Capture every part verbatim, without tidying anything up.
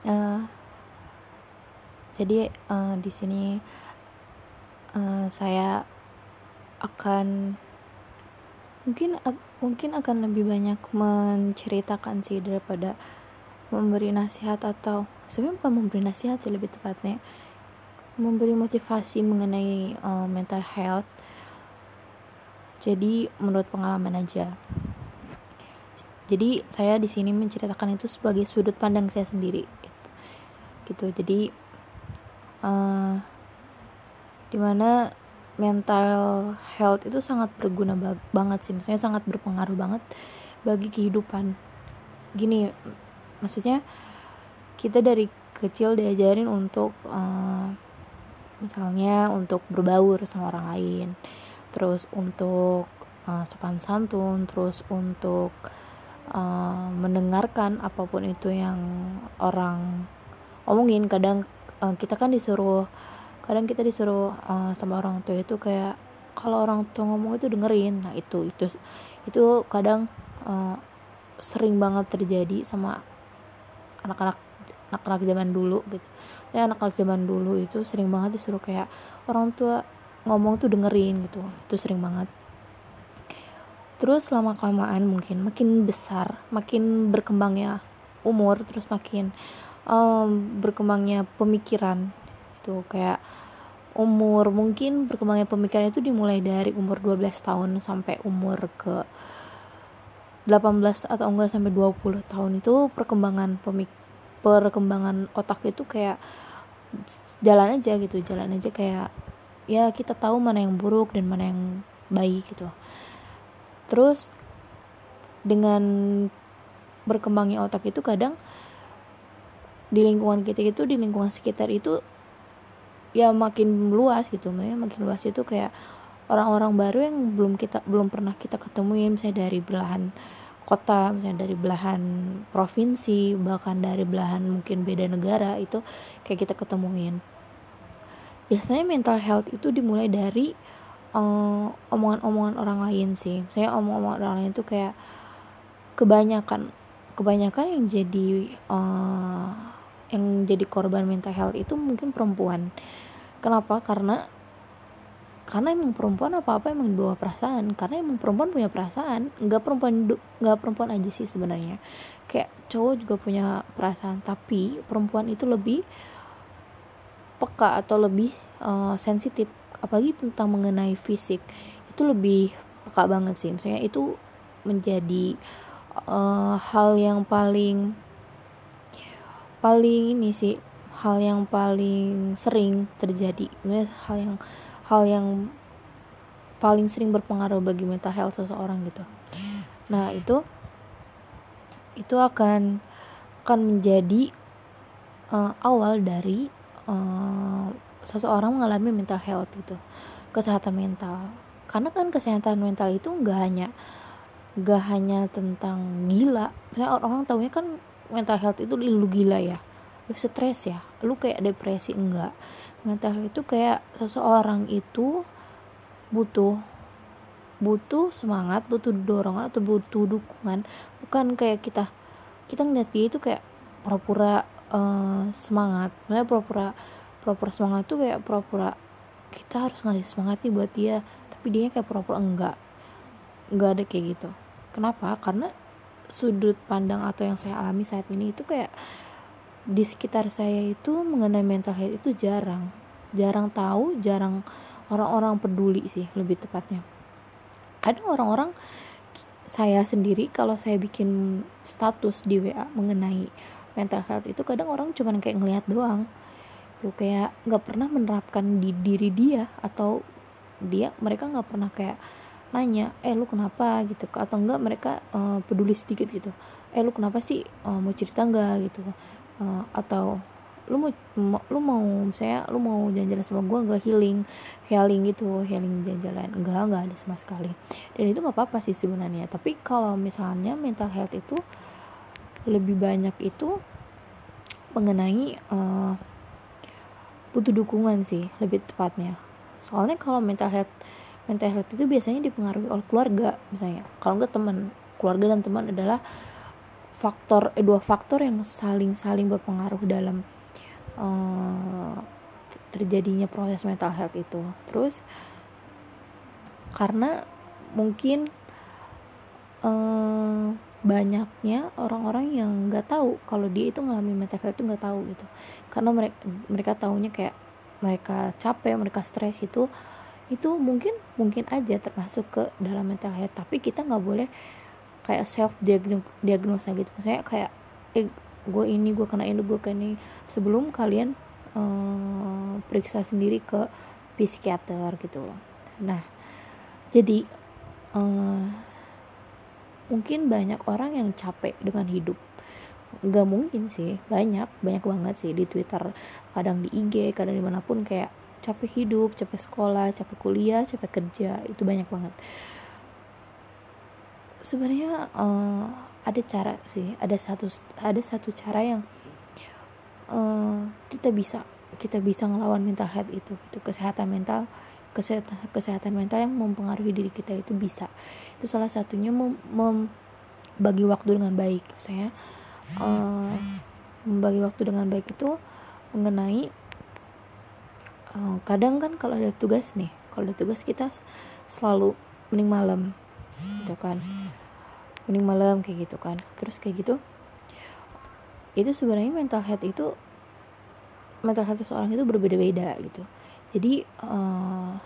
uh, jadi uh, di sini uh, saya akan mungkin mungkin akan lebih banyak menceritakan sih daripada memberi nasihat, atau sebenarnya bukan memberi nasihat sih, lebih tepatnya memberi motivasi mengenai uh, mental health. Jadi menurut pengalaman aja. Jadi saya di sini menceritakan itu sebagai sudut pandang saya sendiri gitu. gitu. Jadi uh, dimana mental health itu sangat berguna ba- banget sih, maksudnya sangat berpengaruh banget bagi kehidupan. Gini, maksudnya kita dari kecil diajarin untuk uh, misalnya untuk berbaur sama orang lain, terus untuk uh, sopan santun, terus untuk uh, mendengarkan apapun itu yang orang omongin. Kadang uh, kita kan disuruh kadang kita disuruh uh, sama orang tua itu kayak kalau orang tua ngomong itu dengerin. Nah itu itu itu kadang uh, sering banget terjadi sama anak-anak anak-anak zaman dulu gitu. Ya, anak-anak zaman dulu itu sering banget disuruh kayak orang tua ngomong tuh dengerin gitu. Itu sering banget. Terus lama kelamaan mungkin makin besar, makin berkembangnya umur, terus makin um, berkembangnya pemikiran gitu. Kayak umur mungkin berkembangnya pemikiran itu dimulai dari umur dua belas tahun sampai umur ke delapan belas atau enggak sampai dua puluh tahun. Itu perkembangan pemik perkembangan otak itu kayak jalan aja gitu, jalan aja kayak ya kita tahu mana yang buruk dan mana yang baik gitu. Terus dengan berkembangnya otak itu kadang di lingkungan kita itu, di lingkungan sekitar itu ya makin luas gitu, makin luas itu kayak orang-orang baru yang belum kita belum pernah kita ketemuin, misalnya dari belahan kota, misalnya dari belahan provinsi, bahkan dari belahan mungkin beda negara, itu kayak kita ketemuin. Biasanya mental health itu dimulai dari um, omongan-omongan orang lain sih. Misalnya omongan-omongan orang lain itu kayak kebanyakan kebanyakan yang jadi uh, yang jadi korban mental health itu mungkin perempuan. Kenapa? Karena karena emang perempuan apa-apa emang dibawa perasaan, karena emang perempuan punya perasaan. Nggak perempuan nggak perempuan aja sih sebenarnya, kayak cowok juga punya perasaan, tapi perempuan itu lebih peka atau lebih uh, sensitif, apalagi tentang mengenai fisik itu lebih peka banget sih. Maksudnya itu menjadi uh, hal yang paling paling ini sih, hal yang paling sering terjadi. Maksudnya hal yang hal yang paling sering berpengaruh bagi mental health seseorang gitu. Nah itu itu akan akan menjadi uh, awal dari uh, seseorang mengalami mental health gitu, kesehatan mental. Karena kan kesehatan mental itu nggak hanya nggak hanya tentang gila. Misalnya orang-orang taunya kan mental health itu lu gila ya, lu stres ya, lu kayak depresi. Enggak, mental health itu kayak seseorang itu butuh butuh semangat, butuh dorongan atau butuh dukungan. Bukan kayak kita kita ngeliat dia itu kayak pura-pura uh, semangat, maksudnya pura-pura pura-pura semangat tuh kayak pura-pura kita harus ngasih semangat nih buat dia, tapi dia kayak pura-pura enggak enggak ada kayak gitu. Kenapa? Karena sudut pandang atau yang saya alami saat ini itu kayak di sekitar saya itu mengenai mental health itu jarang jarang tahu, jarang orang-orang peduli sih lebih tepatnya. Ada orang-orang, saya sendiri kalau saya bikin status di W A mengenai mental health itu kadang orang cuma kayak ngelihat doang tuh, kayak nggak pernah menerapkan di diri dia, atau dia mereka nggak pernah kayak nanya eh lu kenapa gitu, atau enggak mereka uh, peduli sedikit gitu, eh lu kenapa sih, uh, mau cerita nggak gitu, uh, atau lu mau, mau lu mau misalnya lu mau jalan-jalan sama gue nggak, healing healing gitu, healing jalan-jalan, enggak enggak ada sama sekali. Dan itu nggak apa-apa sih sebenarnya. Tapi kalau misalnya mental health itu lebih banyak itu mengenai uh, butuh dukungan sih lebih tepatnya. Soalnya kalau mental health mental health itu biasanya dipengaruhi oleh keluarga misalnya, kalau enggak teman. Keluarga dan teman adalah faktor eh, dua faktor yang saling saling berpengaruh dalam uh, terjadinya proses mental health itu. Terus karena mungkin uh, banyaknya orang-orang yang nggak tahu kalau dia itu ngalamin mental health itu, nggak tahu gitu, karena mereka mereka taunya kayak mereka capek, mereka stres, itu itu mungkin mungkin aja termasuk ke dalam mental health, tapi kita nggak boleh kayak self diagnosa gitu. Maksudnya kayak eh gue ini, gue kena ini, gue kena ini, sebelum kalian uh, periksa sendiri ke psikiater gitu. Nah jadi uh, mungkin banyak orang yang capek dengan hidup, nggak mungkin sih, banyak banyak banget sih di Twitter, kadang di I G, kadang dimanapun, kayak capek hidup, capek sekolah, capek kuliah, capek kerja, itu banyak banget. Sebenarnya uh, ada cara sih, ada satu ada satu cara yang uh, kita bisa kita bisa ngelawan mental health itu, itu kesehatan mental, kesehatan kesehatan mental yang mempengaruhi diri kita itu bisa. Itu salah satunya mem, membagi waktu dengan baik. Saya uh, membagi waktu dengan baik itu mengenai uh, kadang kan kalau ada tugas nih, kalau ada tugas kita selalu mending malam gitu kan, mending malam kayak gitu kan. Terus kayak gitu, itu sebenarnya mental health itu mental health seseorang itu berbeda-beda gitu. Jadi uh,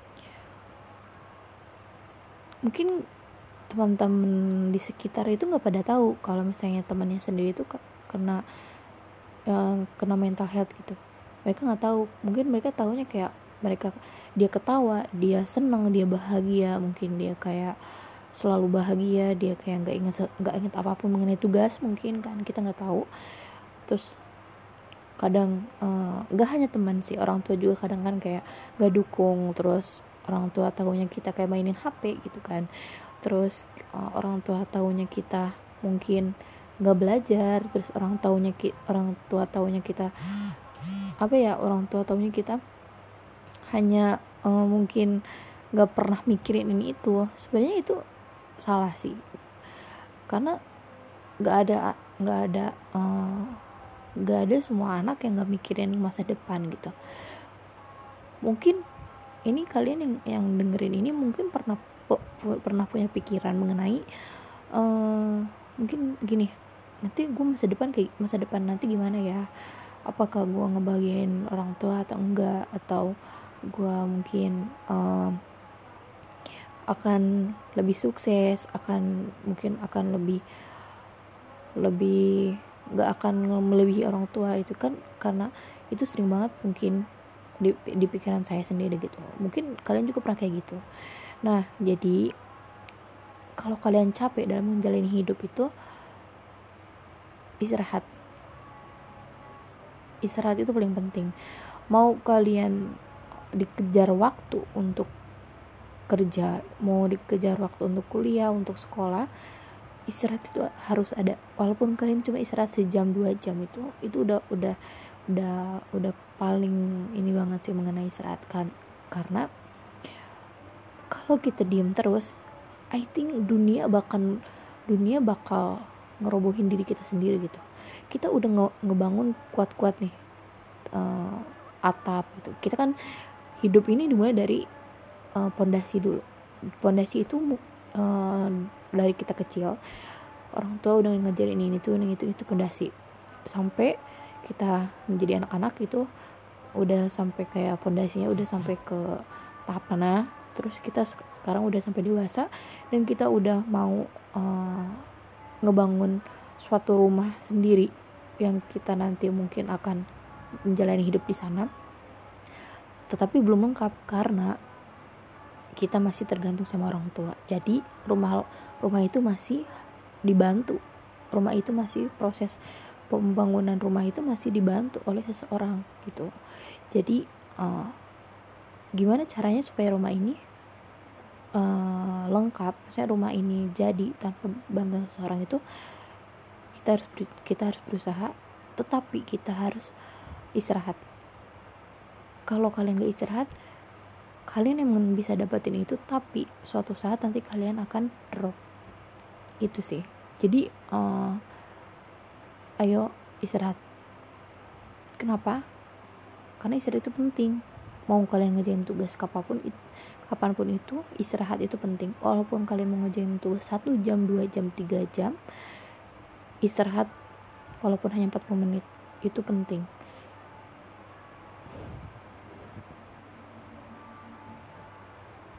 mungkin teman-teman di sekitar itu nggak pada tahu kalau misalnya temannya sendiri itu kena uh, kena mental health gitu. Mereka nggak tahu, mungkin mereka tahunya kayak mereka dia ketawa, dia senang, dia bahagia, mungkin dia kayak selalu bahagia, dia kayak nggak ingat nggak ingat apapun mengenai tugas, mungkin kan, kita nggak tahu. Terus kadang nggak uh, hanya teman sih, orang tua juga kadang kan kayak nggak dukung. Terus orang tua tahunya kita kayak mainin H P gitu kan. Terus uh, orang tua tahunya kita mungkin nggak belajar. Terus orang tahunya ki- orang tua tahunya kita apa ya orang tua tahunya kita hanya uh, mungkin nggak pernah mikirin ini itu. Sebenarnya itu salah sih, karena nggak ada nggak ada nggak uh, ada semua anak yang nggak mikirin masa depan gitu. Mungkin ini kalian yang yang dengerin ini mungkin pernah pernah punya pikiran mengenai uh, mungkin gini, nanti gue masa depan kayak masa depan nanti gimana ya, apakah gue ngebahagiain orang tua atau enggak, atau gue mungkin uh, akan lebih sukses, akan mungkin akan lebih lebih nggak akan melebihi orang tua. Itu kan karena itu sering banget mungkin di, di pikiran saya sendiri gitu. Mungkin kalian juga pernah kayak gitu. Nah jadi kalau kalian capek dalam menjalani hidup itu, istirahat istirahat itu paling penting. Mau kalian dikejar waktu untuk kerja, mau dikejar waktu untuk kuliah, untuk sekolah, istirahat itu harus ada. Walaupun kalian cuma istirahat sejam dua jam, itu itu udah udah udah udah paling ini banget sih mengenai istirahat kan. Karena kalau kita diem terus, I think dunia bakal dunia bakal ngerobohin diri kita sendiri gitu. Kita udah nge- ngebangun kuat-kuat nih uh, atap gitu. Kita kan hidup ini dimulai dari pondasi uh, dulu. Pondasi itu uh, dari kita kecil, orang tua udah ngajarin ini tuh ini itu itu pondasi, sampai kita menjadi anak-anak itu udah sampai kayak pondasinya udah sampai ke tahap mana. Terus kita sekarang udah sampai dewasa dan kita udah mau uh, ngebangun suatu rumah sendiri yang kita nanti mungkin akan menjalani hidup di sana, tetapi belum lengkap karena kita masih tergantung sama orang tua. Jadi rumah rumah itu masih dibantu, rumah itu masih proses pembangunan rumah itu masih dibantu oleh seseorang gitu. Jadi uh, gimana caranya supaya rumah ini uh, lengkap, misalnya rumah ini jadi tanpa bantuan seseorang, itu kita harus kita harus berusaha, tetapi kita harus istirahat. Kalau kalian gak istirahat, kalian yang bisa dapetin itu, tapi suatu saat nanti kalian akan drop. Itu sih. Jadi uh, ayo istirahat. Kenapa? Karena istirahat itu penting. Mau kalian ngerjain tugas kapanpun itu, kapanpun itu istirahat itu penting. Walaupun kalian mau ngerjain tugas satu jam, dua jam, tiga jam, istirahat walaupun hanya empat puluh menit itu penting.